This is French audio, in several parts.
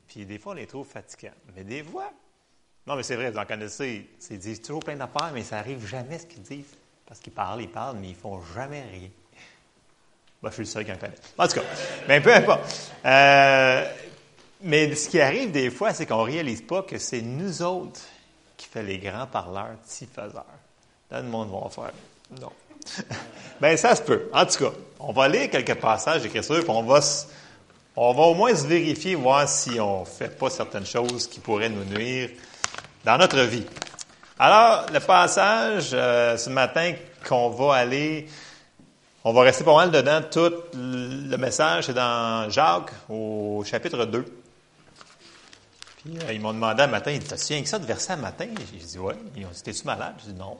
Puis des fois, on les trouve fatigants. Mais des fois, non, mais c'est vrai, vous en connaissez, ils disent toujours plein d'affaires, mais ça n'arrive jamais ce qu'ils disent. Parce qu'ils parlent, mais ils font jamais rien. Je suis le seul qui en connaît. En tout cas, mais peu importe. Mais ce qui arrive des fois, c'est qu'on ne réalise pas que c'est nous autres qui fait les grands parleurs, petits faiseurs. Là, le monde va faire non. Bien, ça se peut. En tout cas, on va lire quelques passages d'Écriture, puis on va au moins se vérifier, voir si on ne fait pas certaines choses qui pourraient nous nuire dans notre vie. Alors, le passage ce matin qu'on va aller, on va rester pas mal dedans. Tout le message, c'est dans Jacques, au chapitre 2. Puis, ils m'ont demandé un matin, ils disent, t'as-tu rien que ça de verset un matin? J'ai dit, oui. Ils ont dit, t'es-tu malade? J'ai dit, non.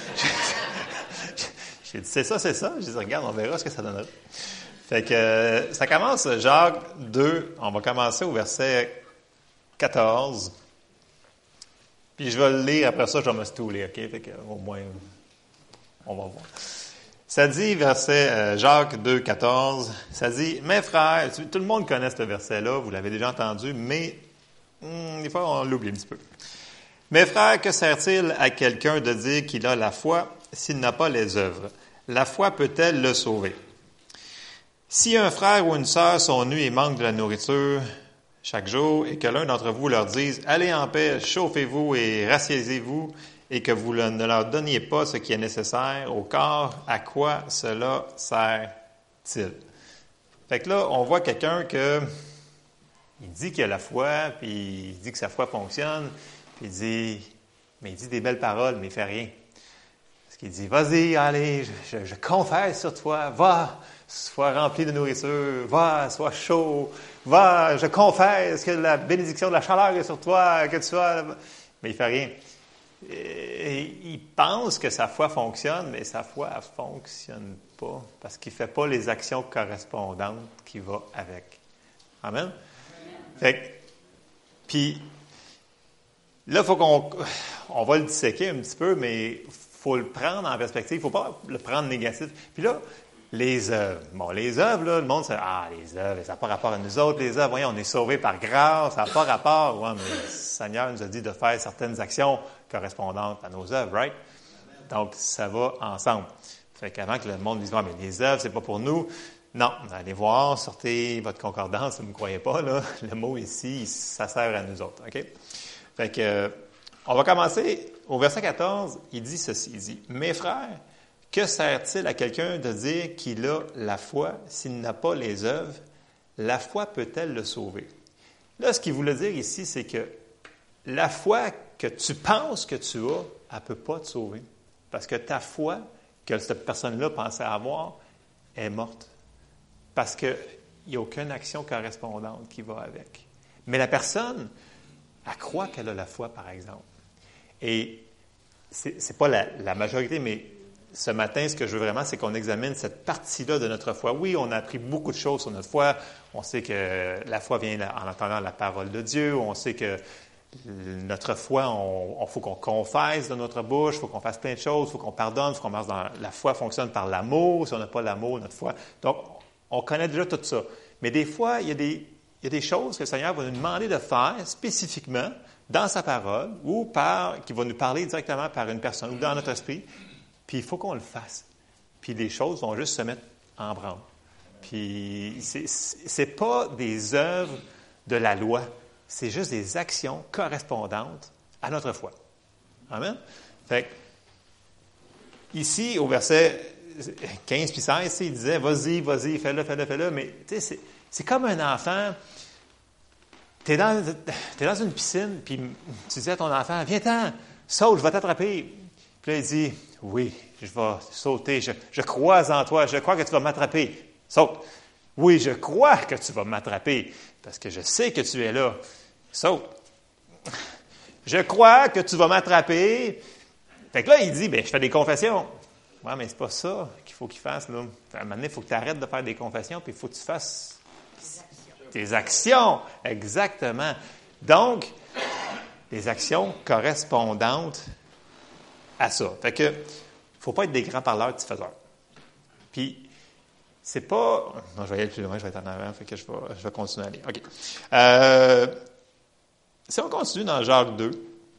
J'ai dit, c'est ça. J'ai dit, regarde, on verra ce que ça donnera. Fait que, ça commence, Jacques 2, on va commencer au verset 14. Puis, je vais le lire, après ça, je vais me stouler, OK? Fait que, au moins, on va voir. Ça dit, verset Jacques 2, 14, ça dit, « Mes frères », tout le monde connaît ce verset-là, vous l'avez déjà entendu, mais des fois, on l'oublie un petit peu. « Mes frères, que sert-il à quelqu'un de dire qu'il a la foi s'il n'a pas les œuvres? La foi peut-elle le sauver? Si un frère ou une sœur sont nus et manquent de la nourriture chaque jour, et que l'un d'entre vous leur dise, « Allez en paix, chauffez-vous et rassiésez-vous », et que vous ne leur donniez pas ce qui est nécessaire au corps, à quoi cela sert-il? Fait que là, on voit quelqu'un il dit qu'il a la foi, puis il dit que sa foi fonctionne, puis il dit des belles paroles, mais il fait rien. Parce qu'il dit, vas-y, allez, je confesse sur toi, va, sois rempli de nourriture, va, sois chaud, va, je confesse que la bénédiction de la chaleur est sur toi, que tu sois... Mais il fait rien. Et il pense que sa foi fonctionne, mais sa foi ne fonctionne pas parce qu'il ne fait pas les actions correspondantes qui vont avec. Amen? Puis, là, il faut on va le disséquer un petit peu, mais il faut le prendre en perspective. Il ne faut pas le prendre négatif. Puis là, les œuvres. Bon, les œuvres, là, le monde se dit, les œuvres, ça n'a pas rapport à nous autres, les œuvres. Voyons, on est sauvés par grâce, ça n'a pas rapport. Ouais, mais le Seigneur nous a dit de faire certaines actions correspondantes à nos œuvres, right? Donc, ça va ensemble. Fait qu'avant que le monde dise, mais les œuvres, c'est pas pour nous. Non, allez voir, sortez votre concordance, vous ne me croyez pas, là. Le mot ici, ça sert à nous autres, OK? Fait que, on va commencer au verset 14, il dit ceci, il dit, « Mes frères, que sert-il à quelqu'un de dire qu'il a la foi s'il n'a pas les œuvres? La foi peut-elle le sauver? » Là, ce qu'il voulait dire ici, c'est que la foi que tu penses que tu as, elle ne peut pas te sauver. Parce que ta foi, que cette personne-là pensait avoir, est morte. Parce qu'il n'y a aucune action correspondante qui va avec. Mais la personne, elle croit qu'elle a la foi, par exemple. Et c'est pas la majorité, mais ce matin, ce que je veux vraiment, c'est qu'on examine cette partie-là de notre foi. Oui, on a appris beaucoup de choses sur notre foi. On sait que la foi vient en entendant la parole de Dieu. On sait que notre foi, il faut qu'on confesse de notre bouche, il faut qu'on fasse plein de choses, il faut qu'on pardonne, il faut qu'on marche dans... La foi fonctionne par l'amour. Si on n'a pas l'amour, notre foi... Donc, on connaît déjà tout ça. Mais des fois, il y a des choses que le Seigneur va nous demander de faire spécifiquement dans sa parole ou qu'il va nous parler directement par une personne ou dans notre esprit. Puis il faut qu'on le fasse. Puis les choses vont juste se mettre en branle. Puis c'est pas des œuvres de la loi. C'est juste des actions correspondantes à notre foi. Amen? Fait que, ici, au verset 15 puis 16, il disait, vas-y, fais-le. Mais tu sais, c'est comme un enfant. T'es dans une piscine, puis tu dis à ton enfant, viens-t'en, saute, je vais t'attraper. Puis là, il dit, oui, je vais sauter, je crois en toi, je crois que tu vas m'attraper. Saute. Oui, je crois que tu vas m'attraper, parce que je sais que tu es là. Saute. Je crois que tu vas m'attraper. Fait que là, il dit, je fais des confessions. Oui, mais c'est pas ça qu'il faut qu'il fasse, là. À un moment donné, il faut que tu arrêtes de faire des confessions, puis il faut que tu fasses tes actions. Exactement. Donc, des actions correspondantes à ça. Fait que, faut pas être des grands parleurs petits faiseurs. Puis, c'est pas... Non, je vais y aller plus loin, je vais être en avant, fait que je vais continuer à aller. OK. si on continue dans Jacques 2,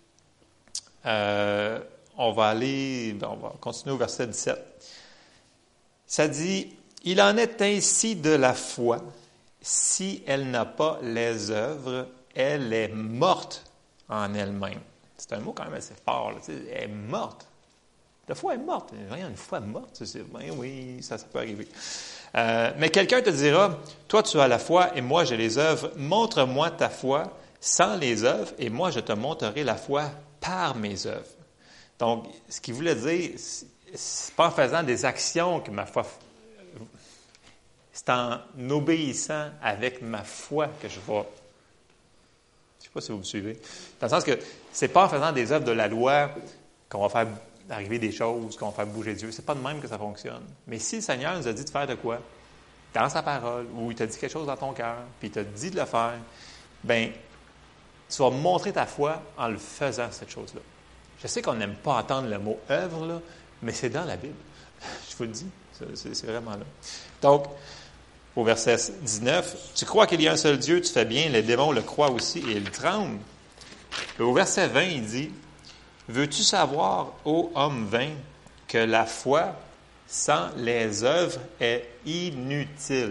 on va continuer au verset 17. Ça dit, « Il en est ainsi de la foi. Si elle n'a pas les œuvres, elle est morte en elle-même. » C'est un mot quand même assez fort. Là, elle est morte. La foi est morte. Rien, une foi morte, oui, ça peut arriver. Mais quelqu'un te dira, « Toi, tu as la foi et moi, j'ai les œuvres. Montre-moi ta foi sans les œuvres et moi, je te montrerai la foi par mes œuvres. » Donc, ce qu'il voulait dire, c'est pas en faisant des actions que ma foi... C'est en obéissant avec ma foi que je vais... Je ne sais pas si vous me suivez. Dans le sens que c'est pas en faisant des œuvres de la loi qu'on va faire arriver des choses, qu'on va faire bouger Dieu. C'est pas de même que ça fonctionne. Mais si le Seigneur nous a dit de faire de quoi, dans sa parole, ou il t'a dit quelque chose dans ton cœur, puis il t'a dit de le faire, bien, tu vas montrer ta foi en le faisant, cette chose-là. Je sais qu'on n'aime pas entendre le mot « œuvre », là, mais c'est dans la Bible. Je vous le dis, c'est vraiment là. Donc, au verset 19, « Tu crois qu'il y a un seul Dieu, tu fais bien, les démons le croient aussi et ils tremblent. » Au verset 20, il dit, « Veux-tu savoir, ô homme vain, que la foi sans les œuvres est inutile? »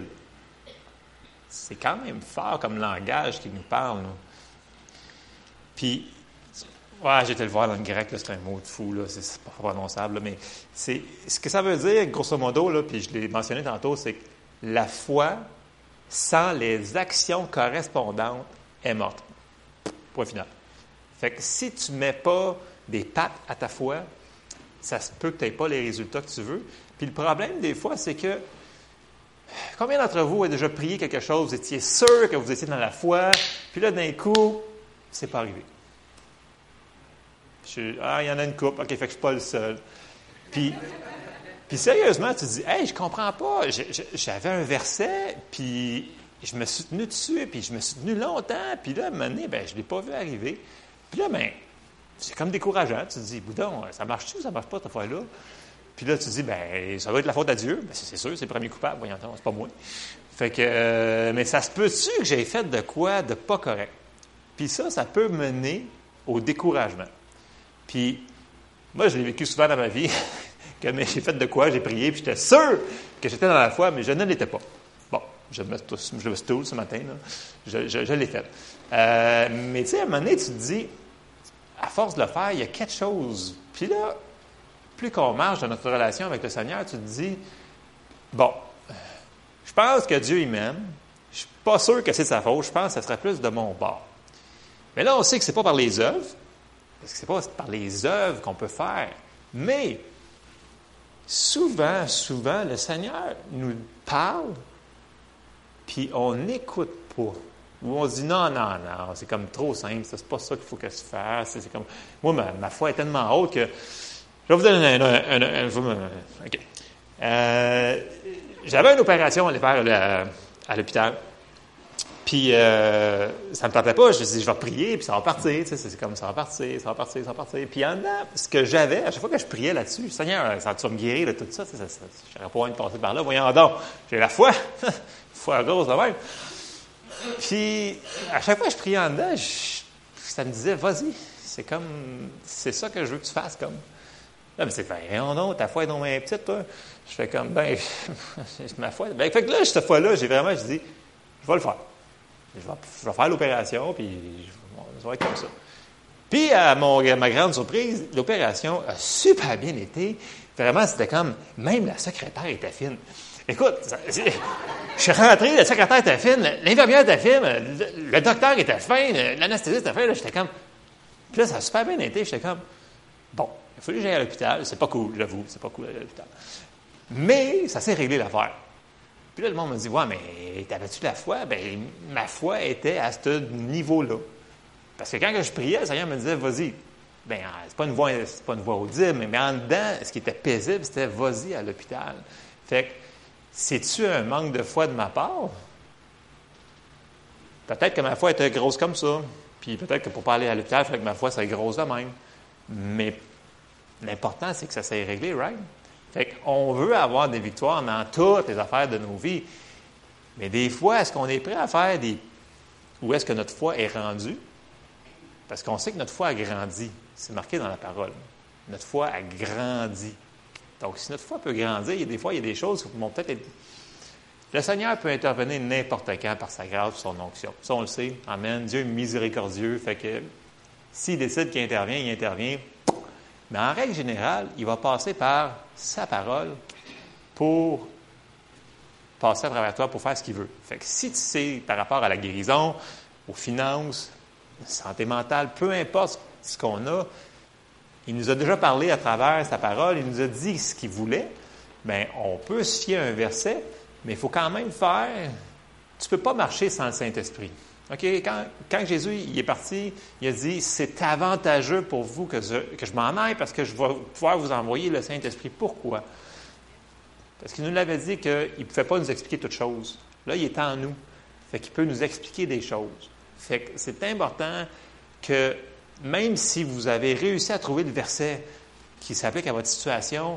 C'est quand même fort comme langage qu'il nous parle. Là. Puis, j'ai été le voir dans le grec, là, c'est un mot de fou, là, c'est pas prononçable, là, mais ce que ça veut dire, grosso modo, là, puis je l'ai mentionné tantôt, c'est que la foi, sans les actions correspondantes, est morte. Point final. Fait que si tu ne mets pas des pattes à ta foi, ça se peut que tu n'aies pas les résultats que tu veux. Puis le problème, des fois, c'est que combien d'entre vous avez déjà prié quelque chose, vous étiez sûr que vous étiez dans la foi, puis là, d'un coup, c'est pas arrivé. Il y en a une couple, OK, fait que je ne suis pas le seul. Puis sérieusement, tu te dis, « Hey, je comprends pas, j'avais un verset, puis je me suis tenu dessus, puis je me suis tenu longtemps, puis là, à un moment donné, je ne l'ai pas vu arriver. Puis là, c'est comme décourageant. Tu te dis, boudon, ça marche-tu ou ça ne marche pas, cette fois-là? Puis là, tu te dis, ça va être la faute à Dieu. C'est sûr, c'est le premier coupable, voyons, c'est pas moi. Fait que, mais ça se peut-tu que j'ai fait de quoi de pas correct? Puis ça peut mener au découragement. Puis, moi, je l'ai vécu souvent dans ma vie, que j'ai fait de quoi, j'ai prié, puis j'étais sûr que j'étais dans la foi, mais je ne l'étais pas. Bon, je me stoule ce matin, là. Je l'ai fait. Mais tu sais, à un moment donné, tu te dis, à force de le faire, il y a quelque chose. Puis là, plus qu'on marche dans notre relation avec le Seigneur, tu te dis, bon, je pense que Dieu, il m'aime. Je ne suis pas sûr que c'est de sa faute. Je pense que ça serait plus de mon bord. Mais là, on sait que ce n'est pas par les œuvres, parce que ce n'est pas par les œuvres qu'on peut faire. Mais souvent, le Seigneur nous parle, puis on n'écoute pas. Ou on se dit non, c'est comme trop simple, c'est pas ça qu'il faut que je fasse. C'est comme, moi, ma foi est tellement haute que. Je vais vous donner OK. J'avais une opération à aller faire à l'hôpital. Puis, ça ne me tentait pas. Je me suis dit, je vais prier, puis ça va partir. C'est comme, ça va partir. Puis, en dedans, ce que j'avais, à chaque fois que je priais là-dessus, Seigneur, ça va me guérir de tout ça. Je n'aurais pas envie de passer par là. Voyons donc, j'ai la foi. Foi grosse de même. Puis, à chaque fois que je priais en dedans, ça me disait, vas-y. C'est ça que je veux que tu fasses, comme. Là, mais c'est non, ta foi est donc bien petite, toi. Je fais comme, c'est ma foi. Fait que là, cette fois-là, je dis, je vais le faire. Je vais faire l'opération, puis ça va être comme ça. Puis, à ma grande surprise, l'opération a super bien été. Vraiment, c'était comme, même la secrétaire était fine. Écoute, je suis rentré, la secrétaire était fine, l'infirmière était fine, le docteur était fin, l'anesthésiste était fin. Là, j'étais comme... Puis là, ça a super bien été. J'étais comme, bon, il a fallu que j'aille à l'hôpital. C'est pas cool, j'avoue, c'est pas cool d'aller à l'hôpital. Mais ça s'est réglé l'affaire. Puis là, le monde me dit, ouais, mais t'avais-tu la foi? Ma foi était à ce niveau-là. Parce que quand je priais, le Seigneur me disait, vas-y. C'est pas une voix audible, mais en dedans, ce qui était paisible, c'était vas-y à l'hôpital. Fait que, c'est-tu un manque de foi de ma part? Peut-être que ma foi était grosse comme ça. Puis peut-être que pour pas aller à l'hôpital, il fallait que ma foi soit grosse de même. Mais l'important, c'est que ça s'est réglé, right? Fait qu'on veut avoir des victoires dans toutes les affaires de nos vies. Mais des fois, est-ce qu'on est prêt à faire où est-ce que notre foi est rendue? Parce qu'on sait que notre foi a grandi. C'est marqué dans la parole. Notre foi a grandi. Donc, si notre foi peut grandir, des fois, il y a des choses qui vont peut-être être... Le Seigneur peut intervenir n'importe quand par sa grâce ou son onction. Ça, on le sait. Amen. Dieu est miséricordieux. Fait que s'il décide qu'il intervient, il intervient. Mais en règle générale, il va passer par sa parole pour passer à travers toi pour faire ce qu'il veut. Fait que si tu sais, par rapport à la guérison, aux finances, santé mentale, peu importe ce qu'on a, il nous a déjà parlé à travers sa parole, il nous a dit ce qu'il voulait, bien, on peut se fier à un verset, mais il faut quand même faire... Tu ne peux pas marcher sans le Saint-Esprit. OK? Quand Jésus il est parti, il a dit, c'est avantageux pour vous que je m'en aille parce que je vais pouvoir vous envoyer le Saint-Esprit. Pourquoi? Parce qu'il nous l'avait dit qu'il ne pouvait pas nous expliquer toutes choses. Là, il est en nous. Fait qu'il peut nous expliquer des choses. Fait que c'est important que même si vous avez réussi à trouver le verset qui s'applique à votre situation,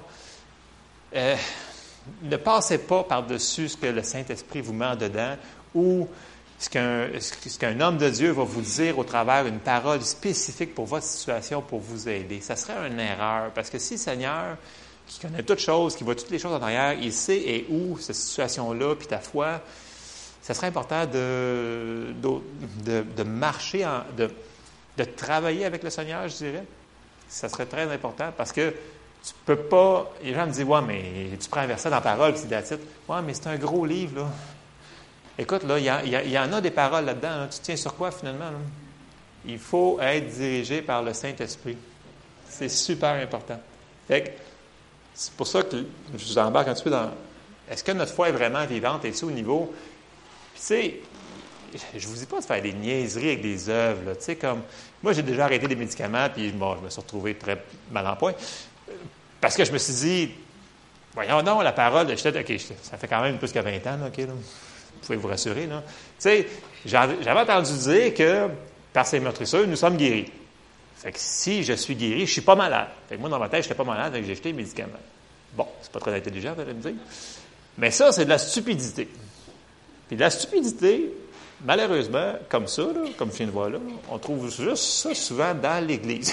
ne passez pas par-dessus ce que le Saint-Esprit vous met dedans ou ce qu'un homme de Dieu va vous dire au travers d'une parole spécifique pour votre situation, pour vous aider. Ça serait une erreur, parce que si le Seigneur, qui connaît toutes choses, qui voit toutes les choses en arrière, il sait et où cette situation-là, puis ta foi, ça serait important de marcher, de travailler avec le Seigneur, je dirais. Ça serait très important, parce que tu peux pas... Les gens me disent, « Ouais, mais tu prends un verset dans la parole, puis c'est la titre. » « Ouais, mais c'est un gros livre, là. » Écoute, là, il y en a des paroles là-dedans. Hein. Tu tiens sur quoi, finalement? Là? Il faut être dirigé par le Saint-Esprit. C'est super important. Fait que, c'est pour ça que je vous embarque un petit peu dans... Est-ce que notre foi est vraiment vivante? Est-ce au niveau... Puis, tu sais, je vous dis pas de faire des niaiseries avec des œuvres. Tu sais, comme... Moi, j'ai déjà arrêté des médicaments, puis bon, je me suis retrouvé très mal en point. Parce que je me suis dit, voyons donc, la parole... OK, ça fait quand même plus que 20 ans, là, OK, là. Vous pouvez vous rassurer, là. Tu sais, j'avais entendu dire que par ces meurtrissures, nous sommes guéris. Fait que si je suis guéri, je ne suis pas malade. Fait que moi, dans ma tête, je n'étais pas malade, donc j'ai jeté les médicaments. Bon, c'est pas très intelligent, vous allez me dire. Mais ça, c'est de la stupidité. Puis de la stupidité, malheureusement, comme ça, là, comme je viens de voir là, on trouve juste ça souvent dans l'Église.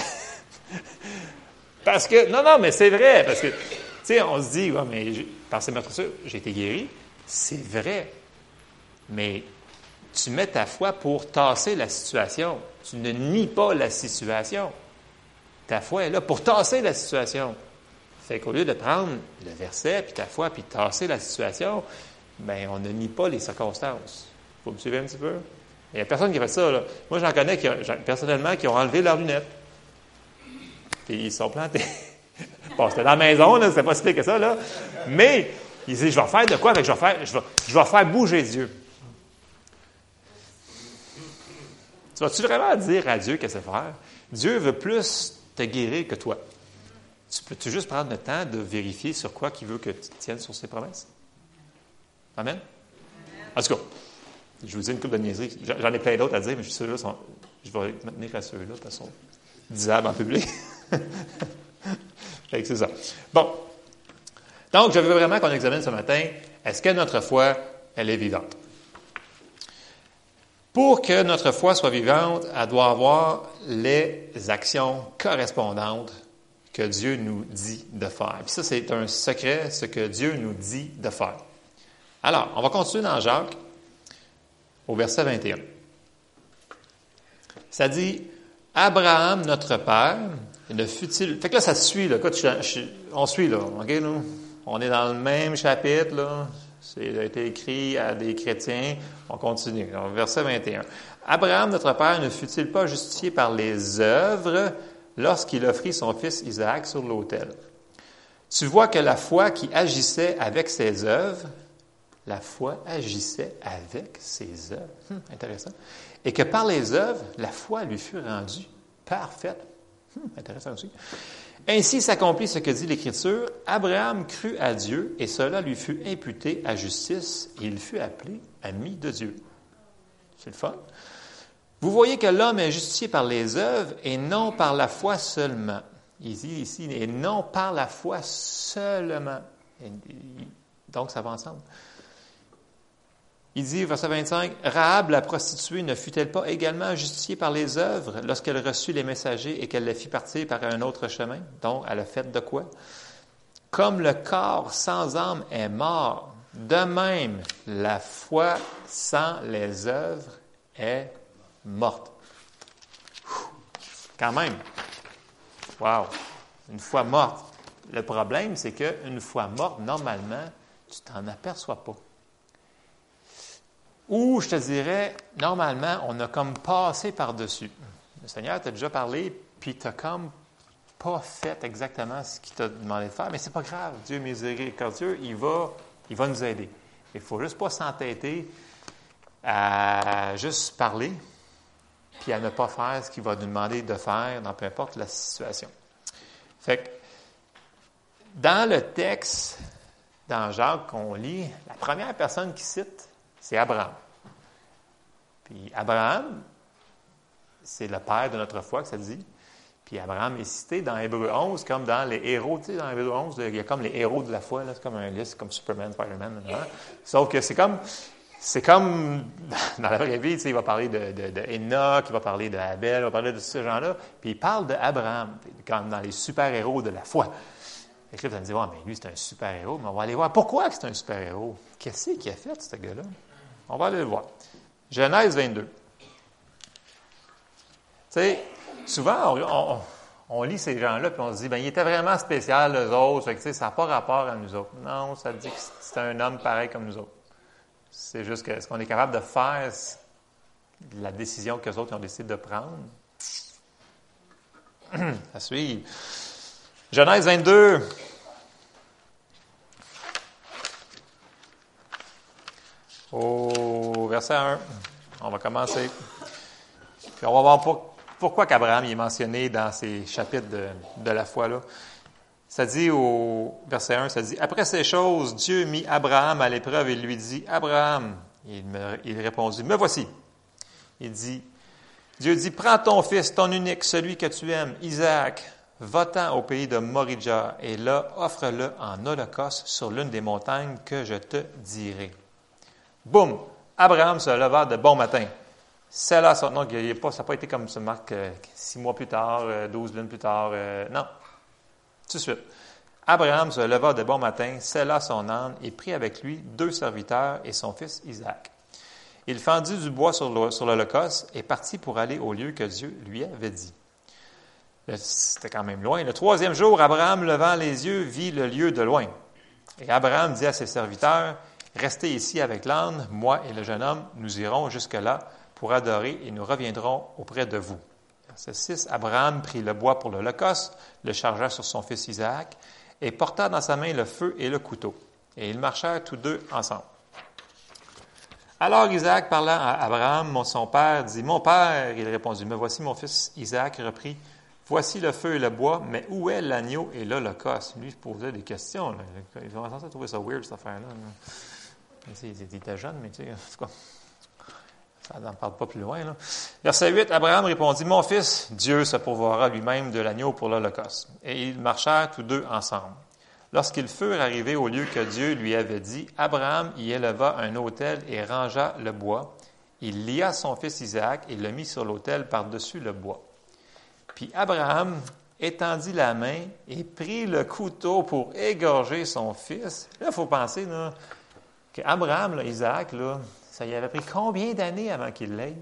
Parce que, non, mais c'est vrai, parce que, tu sais, on se dit, ouais, mais par ces meurtrissures, j'ai été guéri. C'est vrai. Mais tu mets ta foi pour tasser la situation. Tu ne nies pas la situation. Ta foi est là pour tasser la situation. Fait qu'au lieu de prendre le verset, puis ta foi, puis tasser la situation, bien, on ne nie pas les circonstances. Vous me suivez un petit peu? Il n'y a personne qui fait ça, là. Moi, j'en connais personnellement qui ont enlevé leurs lunettes. Puis ils se sont plantés. Bon, c'était dans la maison, là, c'était pas si pire que ça, là. Mais, ils disent, je vais faire de quoi? Fait que je vais faire bouger Dieu. Tu vas-tu vraiment dire à Dieu qu'est-ce qu'il faire? Dieu veut plus te guérir que toi. Tu peux-tu juste prendre le temps de vérifier sur quoi qu'il veut que tu tiennes sur ses promesses? Amen? En tout cas, je vous dis une couple de niaiseries. J'en ai plein d'autres à dire, mais ceux-là je vais me tenir à ceux-là parce qu'ils sont disables en public. Fait que c'est ça. Bon. Donc, je veux vraiment qu'on examine ce matin, est-ce que notre foi, elle est vivante? Pour que notre foi soit vivante, elle doit avoir les actions correspondantes que Dieu nous dit de faire. Puis ça, c'est un secret, ce que Dieu nous dit de faire. Alors, on va continuer dans Jacques, au verset 21. Ça dit, « Abraham, notre père, ne fut-il... » Fait que là, ça se suit, là. On suit, là. OK, là? On est dans le même chapitre, là. Ça a été écrit à des chrétiens. On continue. Donc, verset 21. « Abraham, notre père, ne fut-il pas justifié par les œuvres lorsqu'il offrit son fils Isaac sur l'autel? Tu vois que la foi qui agissait avec ses œuvres, la foi agissait avec ses œuvres. Intéressant. Et que par les œuvres, la foi lui fut rendue parfaite. Intéressant aussi. Ainsi s'accomplit ce que dit l'Écriture. Abraham crut à Dieu et cela lui fut imputé à justice et il fut appelé ami de Dieu. C'est le fun. Vous voyez que l'homme est justifié par les œuvres et non par la foi seulement. Il dit ici, et non par la foi seulement. Donc, ça va ensemble. Il dit, verset 25, « Rahab, la prostituée, ne fut-elle pas également justifiée par les œuvres lorsqu'elle reçut les messagers et qu'elle les fit partir par un autre chemin? » Donc, elle a fait de quoi? « Comme le corps sans âme est mort, de même, la foi sans les œuvres est morte. » Quand même. Wow! Une foi morte. Le problème, c'est qu'une foi morte, normalement, tu t'en aperçois pas. Ou, je te dirais, normalement, on a comme passé par-dessus. Le Seigneur t'a déjà parlé, puis tu n'as comme pas fait exactement ce qu'il t'a demandé de faire, mais c'est pas grave. Dieu est miséricordieux, il va nous aider. Il ne faut juste pas s'entêter à juste parler, puis à ne pas faire ce qu'il va nous demander de faire dans peu importe la situation. Fait que, dans le texte, dans Jacques qu'on lit, la première personne qui cite, c'est Abraham. Puis Abraham, c'est le père de notre foi que ça dit. Puis Abraham est cité dans Hébreux 11 comme dans les héros. Tu sais, dans Hébreux 11, il y a comme les héros de la foi. Là, c'est comme un liste, comme Superman, Spider-Man. Sauf que c'est comme dans la vraie vie, tu sais, il va parler de Enoch, il va parler d'Abel, il va parler de tous ces gens-là. Puis il parle d'Abraham, comme dans les super-héros de la foi. Et là, vous allez me dire, ouais, mais lui, c'est un super-héros. Mais on va aller voir pourquoi c'est un super-héros. Qu'est-ce qu'il a fait, ce gars-là? On va aller le voir. Genèse 22. Tu sais, souvent, on lit ces gens-là, puis on se dit, bien, il était vraiment spécial, eux autres. Fait que, tu sais, ça n'a pas rapport à nous autres. Non, ça dit que c'est un homme pareil comme nous autres. C'est juste que, est-ce qu'on est capable de faire la décision qu'eux autres ont décidé de prendre? À suivre. Genèse 22. Au verset 1. On va commencer. Puis on va voir pourquoi qu'Abraham est mentionné dans ces chapitres de la foi-là. Ça dit au verset 1, ça dit « Après ces choses, Dieu mit Abraham à l'épreuve et lui dit, « Abraham, il répondit, « Me voici. » Dieu dit, « Prends ton fils, ton unique, celui que tu aimes, Isaac, va-t'en au pays de Moridja, et là, offre-le en holocauste sur l'une des montagnes que je te dirai. » Boum! Abraham se leva de bon matin. C'est là son nom, ça n'a pas été comme ça marque 6 mois plus tard, 12 lunes plus tard. Non. Tout de suite. Abraham se leva de bon matin, sella son âne et prit avec lui 2 serviteurs et son fils Isaac. Il fendit du bois sur l'holocauste et partit pour aller au lieu que Dieu lui avait dit. C'était quand même loin. Le 3e jour, Abraham, levant les yeux, vit le lieu de loin. Et Abraham dit à ses serviteurs, « Restez ici avec l'âne, moi et le jeune homme, nous irons jusque-là pour adorer et nous reviendrons auprès de vous. » Verset 6, Abraham prit le bois pour l'holocauste, le chargea sur son fils Isaac et porta dans sa main le feu et le couteau. Et ils marchèrent tous deux ensemble. Alors Isaac, parlant à Abraham, son père, dit, « Mon père, il répondit, « Me voici mon fils. » Isaac reprit, « Voici le feu et le bois, mais où est l'agneau et l'holocauste? » Lui, il se posait des questions. Là. Ils ont censé trouver ça weird, cette affaire-là. Il était jeune, mais tu sais, en tout cas, ça n'en parle pas plus loin. Là. Verset 8, Abraham répondit, « Mon fils, Dieu se pourvoira lui-même de l'agneau pour l'holocauste. » Et ils marchèrent tous deux ensemble. Lorsqu'ils furent arrivés au lieu que Dieu lui avait dit, Abraham y éleva un autel et rangea le bois. Il lia son fils Isaac et le mit sur l'autel par-dessus le bois. Puis Abraham étendit la main et prit le couteau pour égorger son fils. Là, il faut penser là, qu'Abraham, là, Isaac, là, ça y avait pris combien d'années avant qu'il l'ait?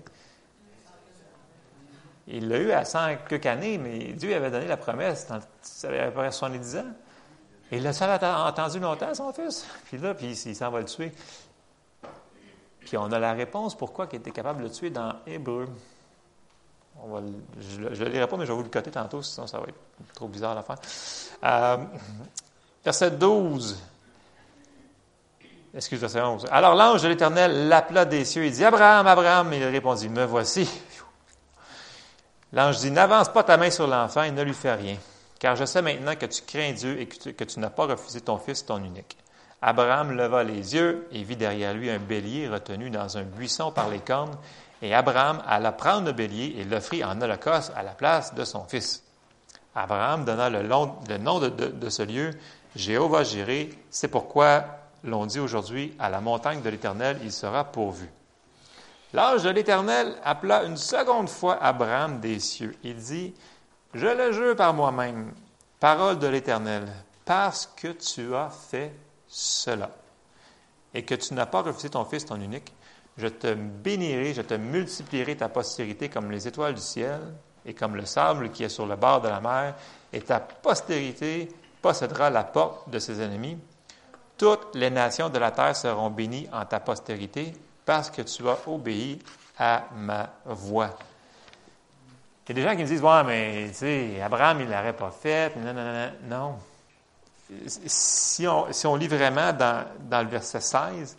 Il l'a eu à 100 quelques années, mais Dieu avait donné la promesse, ça avait à peu près 70 ans. Et là, ça a attendu longtemps, son fils. Puis là, il s'en va le tuer. Puis on a la réponse pourquoi il était capable de le tuer dans Hébreux. Je ne le lirai pas, mais je vais vous le coter tantôt, sinon ça va être trop bizarre à faire. Verset 12. Excuse-moi, verset 11. Alors l'ange de l'Éternel l'appela des cieux. Il dit, « Abraham, Abraham. » Et il répondit, « Me voici. » L'ange dit, « N'avance pas ta main sur l'enfant et ne lui fais rien. Car je sais maintenant que tu crains Dieu et que tu n'as pas refusé ton fils, ton unique. » Abraham leva les yeux et vit derrière lui un bélier retenu dans un buisson par les cornes. Et Abraham alla prendre le bélier et l'offrit en holocauste à la place de son fils. Abraham donna le nom de ce lieu, Jéhovah Jiré. C'est pourquoi l'on dit aujourd'hui, à la montagne de l'Éternel, il sera pourvu. L'ange de l'Éternel appela une seconde fois Abraham des cieux. Il dit, je le jure par moi-même, parole de l'Éternel, parce que tu as fait cela et que tu n'as pas refusé ton fils, ton unique, je te bénirai, je te multiplierai ta postérité comme les étoiles du ciel et comme le sable qui est sur le bord de la mer, et ta postérité possédera la porte de ses ennemis. Toutes les nations de la terre seront bénies en ta postérité, parce que tu as obéi à ma voix. Il y a des gens qui me disent, ouais, mais tu sais, Abraham, il ne l'aurait pas fait. Non, non, non, non. Si on lit vraiment dans le verset 16,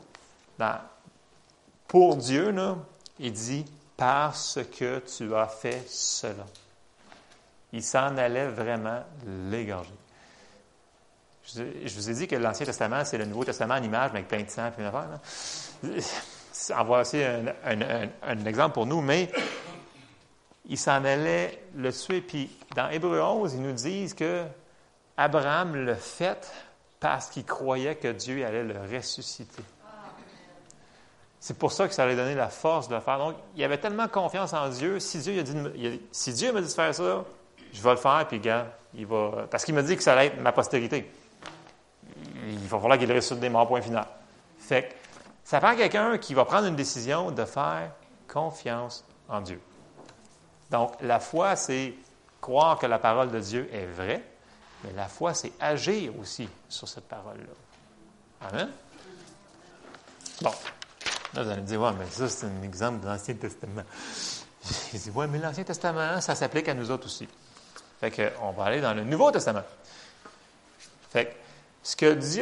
pour Dieu, là, il dit, parce que tu as fait cela. Il s'en allait vraiment l'égorger. Je vous ai dit que l'Ancien Testament, c'est le Nouveau Testament en image, mais avec plein de sang et plein d'affaires. On voit aussi un exemple pour nous, mais il s'en allait le tuer. Puis dans Hébreux 11, ils nous disent que Abraham l'a fait parce qu'il croyait que Dieu allait le ressusciter. C'est pour ça que ça allait donner la force de le faire. Donc, il avait tellement confiance en Dieu. Si Dieu m'a dit de faire ça, je vais le faire, puis gars, il va. Parce qu'il m'a dit que ça allait être ma postérité. Il va falloir qu'il ressuscite des morts, point final. Fait que ça prend quelqu'un qui va prendre une décision de faire confiance en Dieu. Donc, la foi, c'est croire que la parole de Dieu est vraie, mais la foi, c'est agir aussi sur cette parole-là. Amen? Bon. Là, vous allez me dire, ouais, mais ça, c'est un exemple de l'Ancien Testament. J'ai dit, ouais, mais l'Ancien Testament, ça s'applique à nous autres aussi. Fait qu'on va aller dans le Nouveau Testament. Fait que, ce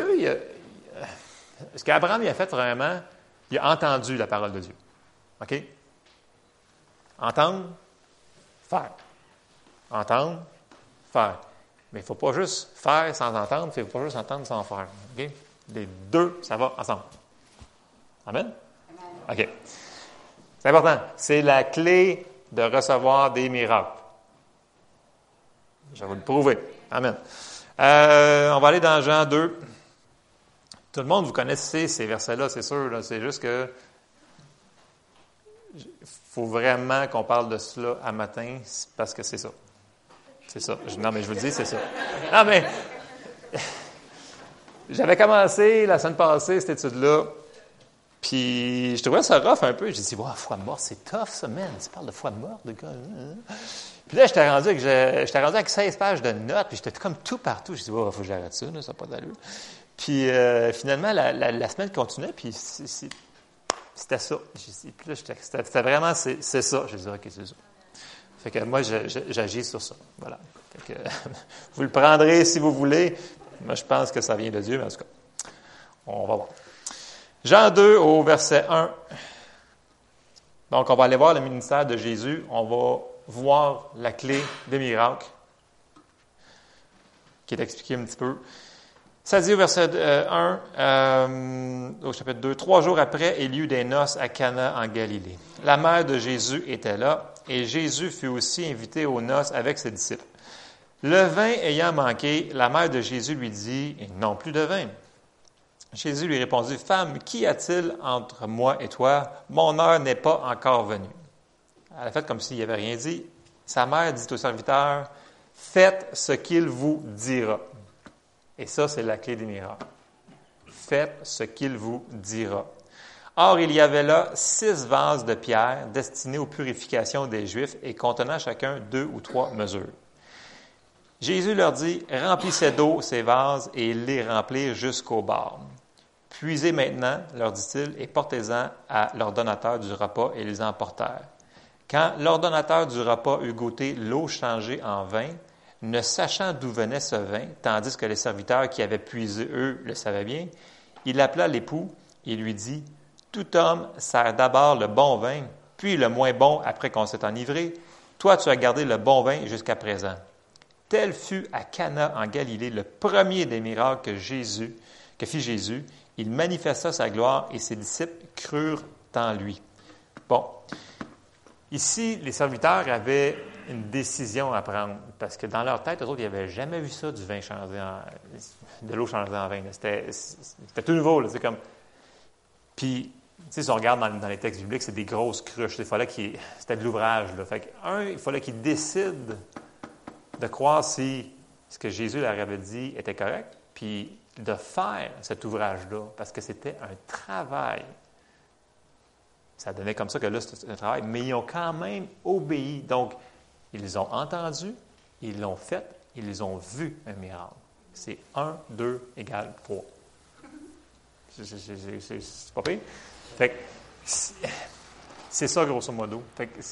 qu'Abraham a fait vraiment, il a entendu la parole de Dieu. OK? Entendre, faire. Entendre, faire. Mais il ne faut pas juste faire sans entendre, il ne faut pas juste entendre sans faire. OK? Les deux, ça va ensemble. Amen? OK. C'est important. C'est la clé de recevoir des miracles. Je vais vous le prouver. Amen. On va aller dans Jean 2. Tout le monde, vous connaissez ces versets-là, c'est sûr. Là. C'est juste que il faut vraiment qu'on parle de cela à matin, parce que c'est ça. C'est ça. Non, mais je vous le dis, c'est ça. Non, mais j'avais commencé la semaine passée cette étude-là, puis je trouvais ça rough un peu. J'ai dit, wow, foi morte, c'est tough, ça, man. Tu parles de foi morte, de gars. Puis là, j'étais rendu avec 16 pages de notes, puis j'étais comme tout partout. J'ai dit, wow, il faut que j'arrête ça, là, ça n'a pas d'allure. Puis finalement, la semaine continuait, puis c'était ça. Puis là, c'était vraiment, c'est ça. J'ai dit, OK, c'est ça. Fait que moi, j'agis sur ça. Voilà. Fait que, vous le prendrez si vous voulez. Moi, je pense que ça vient de Dieu, mais en tout cas, on va voir. Jean 2 au verset 1. Donc, on va aller voir le ministère de Jésus. On va voir la clé des miracles qui est expliquée un petit peu. Ça dit au verset 1, au chapitre 2, 3 jours après, il y eut des noces à Cana en Galilée. La mère de Jésus était là, et Jésus fut aussi invité aux noces avec ses disciples. Le vin ayant manqué, la mère de Jésus lui dit, « Ils n'ont plus de vin. » Jésus lui répondit, « Femme, qu'y a-t-il entre moi et toi? Mon heure n'est pas encore venue. » Elle a fait comme s'il n'y avait rien dit. Sa mère dit au serviteur, « Faites ce qu'il vous dira. » Et ça, c'est la clé des miracles. Faites ce qu'il vous dira. Or, il y avait là 6 vases de pierre destinés aux purifications des Juifs et contenant chacun 2 ou 3 mesures. Jésus leur dit, « Remplissez d'eau ces vases et les remplirent jusqu'au bord. Puisez maintenant, leur dit-il, et portez-en à l'ordonnateur du repas, et les emportèrent. Quand l'ordonnateur du repas eut goûté l'eau changée en vin, ne sachant d'où venait ce vin, tandis que les serviteurs qui avaient puisé, eux, le savaient bien, il appela l'époux et lui dit, « Tout homme sert d'abord le bon vin, puis le moins bon après qu'on s'est enivré. Toi, tu as gardé le bon vin jusqu'à présent. » Tel fut à Cana en Galilée le premier des miracles que fit Jésus. Il manifesta sa gloire et ses disciples crurent en lui. Bon, ici, les serviteurs avaient une décision à prendre. Parce que dans leur tête, eux autres, ils n'avaient jamais vu ça, de l'eau changée en vin. C'était tout nouveau. Là, c'est comme... Puis, tu sais, si on regarde dans les textes bibliques, c'est des grosses cruches. C'était de l'ouvrage. Là. Fait que, il fallait qu'ils décident de croire si ce que Jésus leur avait dit était correct, puis de faire cet ouvrage-là, parce que c'était un travail. Ça donnait comme ça que là, c'était un travail, mais ils ont quand même obéi. Donc, ils ont entendu, ils l'ont fait, ils ont vu un miracle. C'est 1, 2 égale 3. C'est pas pire. Fait que c'est ça, grosso modo. Fait que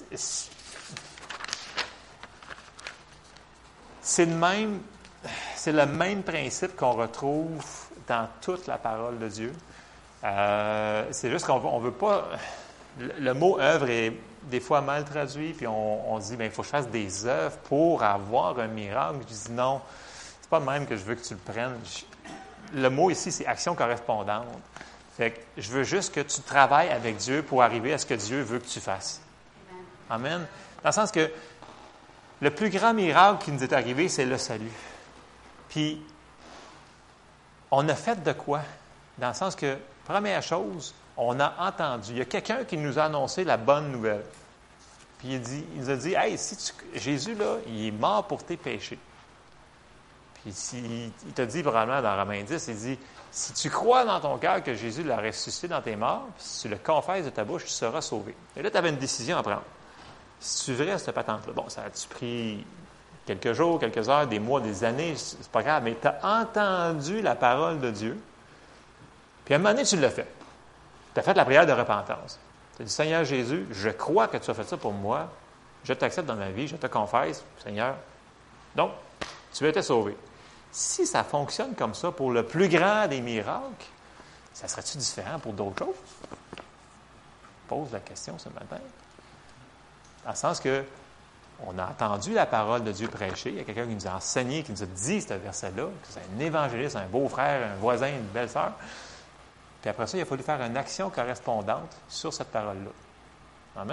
c'est le même principe qu'on retrouve dans toute la parole de Dieu. C'est juste qu'on ne veut pas... Le mot « œuvre » est des fois mal traduit, puis on se dit, il faut que je fasse des œuvres pour avoir un miracle. Je dis non, c'est pas le même que je veux que tu le prennes. Le mot ici, c'est action correspondante. Fait que je veux juste que tu travailles avec Dieu pour arriver à ce que Dieu veut que tu fasses. Amen. Dans le sens que le plus grand miracle qui nous est arrivé, c'est le salut. Puis, on a fait de quoi? Dans le sens que, première chose, on a entendu. Il y a quelqu'un qui nous a annoncé la bonne nouvelle. Puis il nous a dit, « Hey, Jésus, là, il est mort pour tes péchés. » Puis il t'a dit probablement dans Romains 10, il dit, « Si tu crois dans ton cœur que Jésus l'a ressuscité dans tes morts, puis si tu le confesses de ta bouche, tu seras sauvé. » Et là, tu avais une décision à prendre. Si tu vrai cette patente-là, bon, ça a-tu pris quelques jours, quelques heures, des mois, des années, c'est pas grave, mais tu as entendu la parole de Dieu, puis à un moment donné, tu l'as fait. Tu as fait la prière de repentance. Tu as dit, Seigneur Jésus, je crois que tu as fait ça pour moi, je t'accepte dans ma vie, je te confesse, Seigneur. Donc, tu as été sauvé. Si ça fonctionne comme ça pour le plus grand des miracles, ça serait-tu différent pour d'autres choses? Je pose la question ce matin. Dans le sens que on a entendu la parole de Dieu prêcher. Il y a quelqu'un qui nous a enseigné, qui nous a dit ce verset-là, que c'est un évangéliste, un beau-frère, un voisin, une belle-sœur. Puis après ça, il a fallu faire une action correspondante sur cette parole-là. Amen?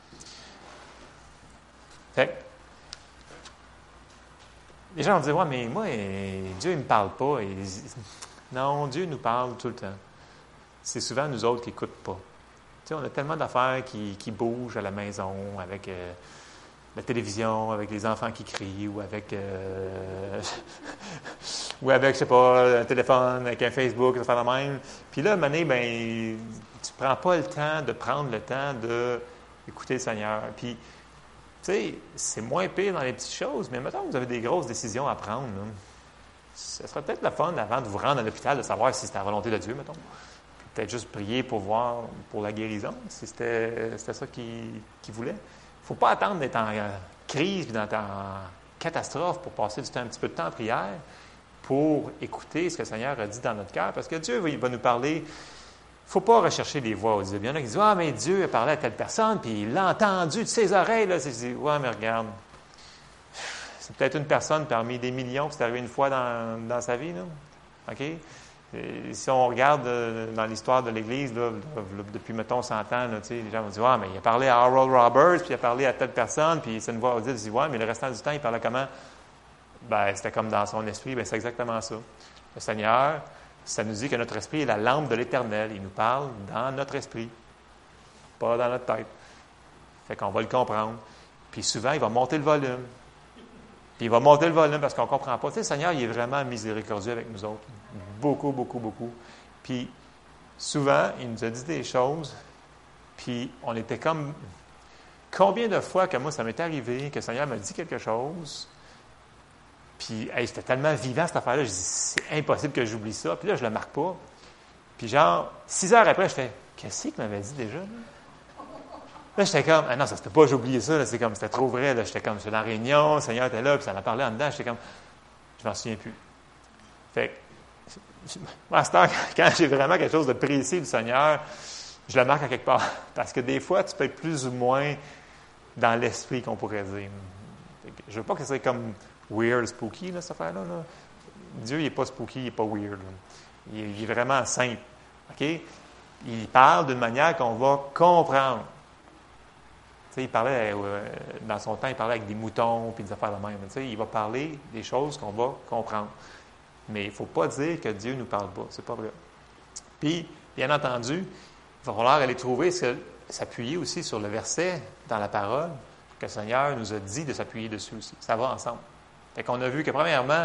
Fait que, les gens vont dire, « Ouais, mais moi, Dieu, il ne me parle pas. » Non, Dieu nous parle tout le temps. C'est souvent nous autres qui n'écoutent pas. Tu sais, on a tellement d'affaires qui bougent à la maison, avec la télévision, avec les enfants qui crient, ou avec, je sais pas, un téléphone, avec un Facebook, ça fait la même. Puis là, à un moment donné, tu ne prends pas le temps de prendre le temps d'écouter le Seigneur. Puis, tu sais, c'est moins pire dans les petites choses, mais mettons que vous avez des grosses décisions à prendre. Là. Ça serait peut-être le fun, avant de vous rendre à l'hôpital, de savoir si c'était la volonté de Dieu, mettons. Puis peut-être juste prier pour voir, pour la guérison, si c'était ça qu'il voulait. Il ne faut pas attendre d'être en crise, en catastrophe pour passer un petit peu de temps en prière, pour écouter ce que le Seigneur a dit dans notre cœur, parce que Dieu va nous parler. Il ne faut pas rechercher les voix audibles. Il y en a qui disent, « Ah, mais Dieu a parlé à telle personne, puis il l'a entendu de ses oreilles. » Là, je dis, « Ouais, mais regarde, c'est peut-être une personne parmi des millions qui c'est arrivé une fois dans sa vie. Là. OK? Et si on regarde dans l'histoire de l'Église, là, depuis, mettons, 100 ans, là, les gens vont dire, « Ah, mais il a parlé à Oral Roberts, puis il a parlé à telle personne, puis c'est une voix audible. » Je dis, « Ouais, mais le restant du temps, il parlait comment? » C'était comme dans son esprit. C'est exactement ça. Le Seigneur, ça nous dit que notre esprit est la lampe de l'Éternel. Il nous parle dans notre esprit, pas dans notre tête. Fait qu'on va le comprendre. Puis souvent, il va monter le volume. Puis il va monter le volume parce qu'on ne comprend pas. Tu sais, le Seigneur, il est vraiment miséricordieux avec nous autres. Beaucoup, beaucoup, beaucoup. Puis souvent, il nous a dit des choses, puis on était comme... Combien de fois que moi, ça m'est arrivé que le Seigneur m'a dit quelque chose, puis hey, c'était tellement vivant cette affaire-là, je dis, c'est impossible que j'oublie ça. Puis là, je ne le marque pas. Puis genre, 6 heures après, je fais, qu'est-ce qu'il m'avait dit déjà? Là, j'étais comme, ah non, ça c'était pas, j'ai oublié ça, là, c'est comme, c'était trop vrai. Là, j'étais comme, j'étais dans la réunion, le Seigneur était là, puis ça m'a parlé en dedans, j'étais comme, je m'en souviens plus. Fait que, moi, à ce temps, quand j'ai vraiment quelque chose de précis du Seigneur, je le marque à quelque part. Parce que des fois, tu peux être plus ou moins dans l'esprit, qu'on pourrait dire. Je veux pas que ce soit comme weird, spooky, là, cette affaire-là. Là. Dieu, il n'est pas spooky, il n'est pas weird. Il est vraiment simple. OK? Il parle d'une manière qu'on va comprendre. sais, il parlait, dans son temps, il parlait avec des moutons puis des affaires de même. Tu sais, il va parler des choses qu'on va comprendre. Mais il ne faut pas dire que Dieu ne nous parle pas. C'est pas vrai. Puis, bien entendu, il va falloir aller trouver, s'appuyer aussi sur le verset dans la parole que le Seigneur nous a dit de s'appuyer dessus aussi. Ça va ensemble. Fait qu'on a vu que, premièrement,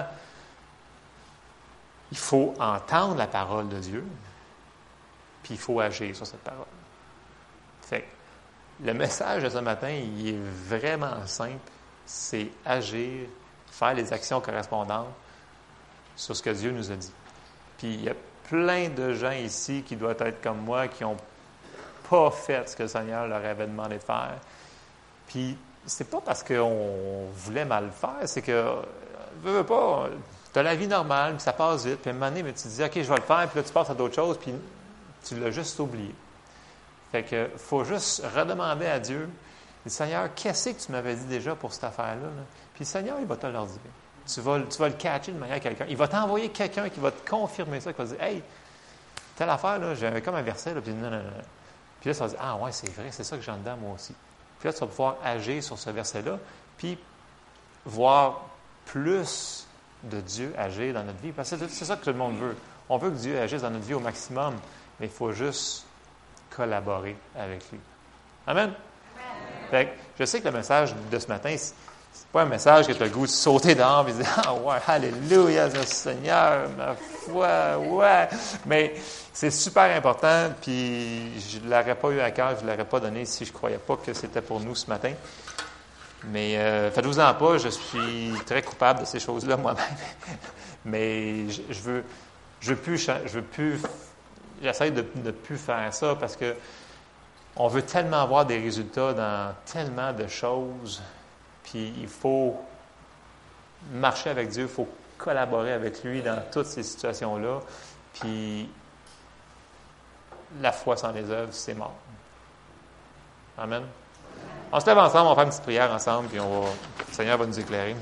il faut entendre la parole de Dieu, puis il faut agir sur cette parole. Fait que le message de ce matin, il est vraiment simple. C'est agir, faire les actions correspondantes sur ce que Dieu nous a dit. Puis il y a plein de gens ici qui doivent être comme moi, qui n'ont pas fait ce que le Seigneur leur avait demandé de faire. Puis c'est pas parce qu'on voulait mal faire, c'est que, veux pas, tu as la vie normale, puis ça passe vite, puis à un moment donné, tu te dis, OK, je vais le faire, puis là, tu passes à d'autres choses, puis tu l'as juste oublié. Fait que faut juste redemander à Dieu, Seigneur, qu'est-ce que tu m'avais dit déjà pour cette affaire-là? Là? Puis le Seigneur, il va te leur dire. Tu vas le catcher de manière à quelqu'un. Il va t'envoyer quelqu'un qui va te confirmer ça, qui va te dire, hey, telle affaire, là, j'avais comme un verset, là, puis non. Puis là, ça va dire, ah ouais, c'est vrai, c'est ça que j'ai en dedans, moi aussi. Puis là, tu vas pouvoir agir sur ce verset-là, puis voir plus de Dieu agir dans notre vie. Parce que c'est ça que tout le monde veut. On veut que Dieu agisse dans notre vie au maximum, mais il faut juste collaborer avec lui. Amen? Fait que je sais que le message de ce matin, c'est pas un message que tu as le goût de sauter dehors et de dire « Ah ouais, alléluia, Seigneur, ma foi, ouais! » Mais c'est super important, puis je ne l'aurais pas eu à cœur, je ne l'aurais pas donné si je ne croyais pas que c'était pour nous ce matin. Mais faites-vous-en pas, je suis très coupable de ces choses-là moi-même. Mais j'essaie de ne plus faire ça parce que on veut tellement avoir des résultats dans tellement de choses. Puis il faut marcher avec Dieu, il faut collaborer avec lui dans toutes ces situations-là. Puis la foi sans les œuvres, c'est mort. Amen. On se lève ensemble, on va faire une petite prière ensemble, puis le Seigneur va nous éclairer.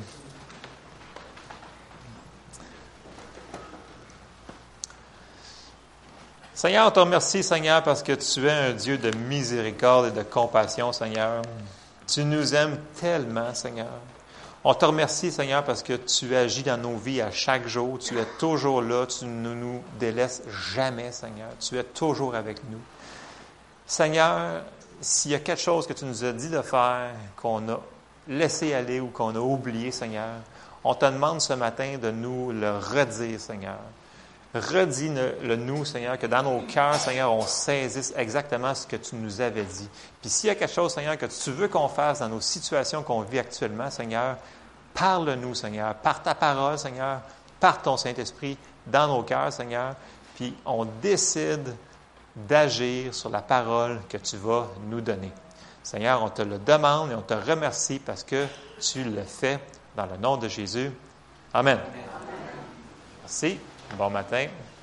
Seigneur, on te remercie, Seigneur, parce que tu es un Dieu de miséricorde et de compassion, Seigneur. Tu nous aimes tellement, Seigneur. On te remercie, Seigneur, parce que tu agis dans nos vies à chaque jour. Tu es toujours là. Tu ne nous délaisses jamais, Seigneur. Tu es toujours avec nous. Seigneur, s'il y a quelque chose que tu nous as dit de faire, qu'on a laissé aller ou qu'on a oublié, Seigneur, on te demande ce matin de nous le redire, Seigneur. Redis-le nous, Seigneur, que dans nos cœurs, Seigneur, on saisisse exactement ce que tu nous avais dit. Puis s'il y a quelque chose, Seigneur, que tu veux qu'on fasse dans nos situations qu'on vit actuellement, Seigneur, parle-nous, Seigneur, par ta parole, Seigneur, par ton Saint-Esprit, dans nos cœurs, Seigneur, puis on décide d'agir sur la parole que tu vas nous donner. Seigneur, on te le demande et on te remercie parce que tu le fais dans le nom de Jésus. Amen. Merci. Bon matin.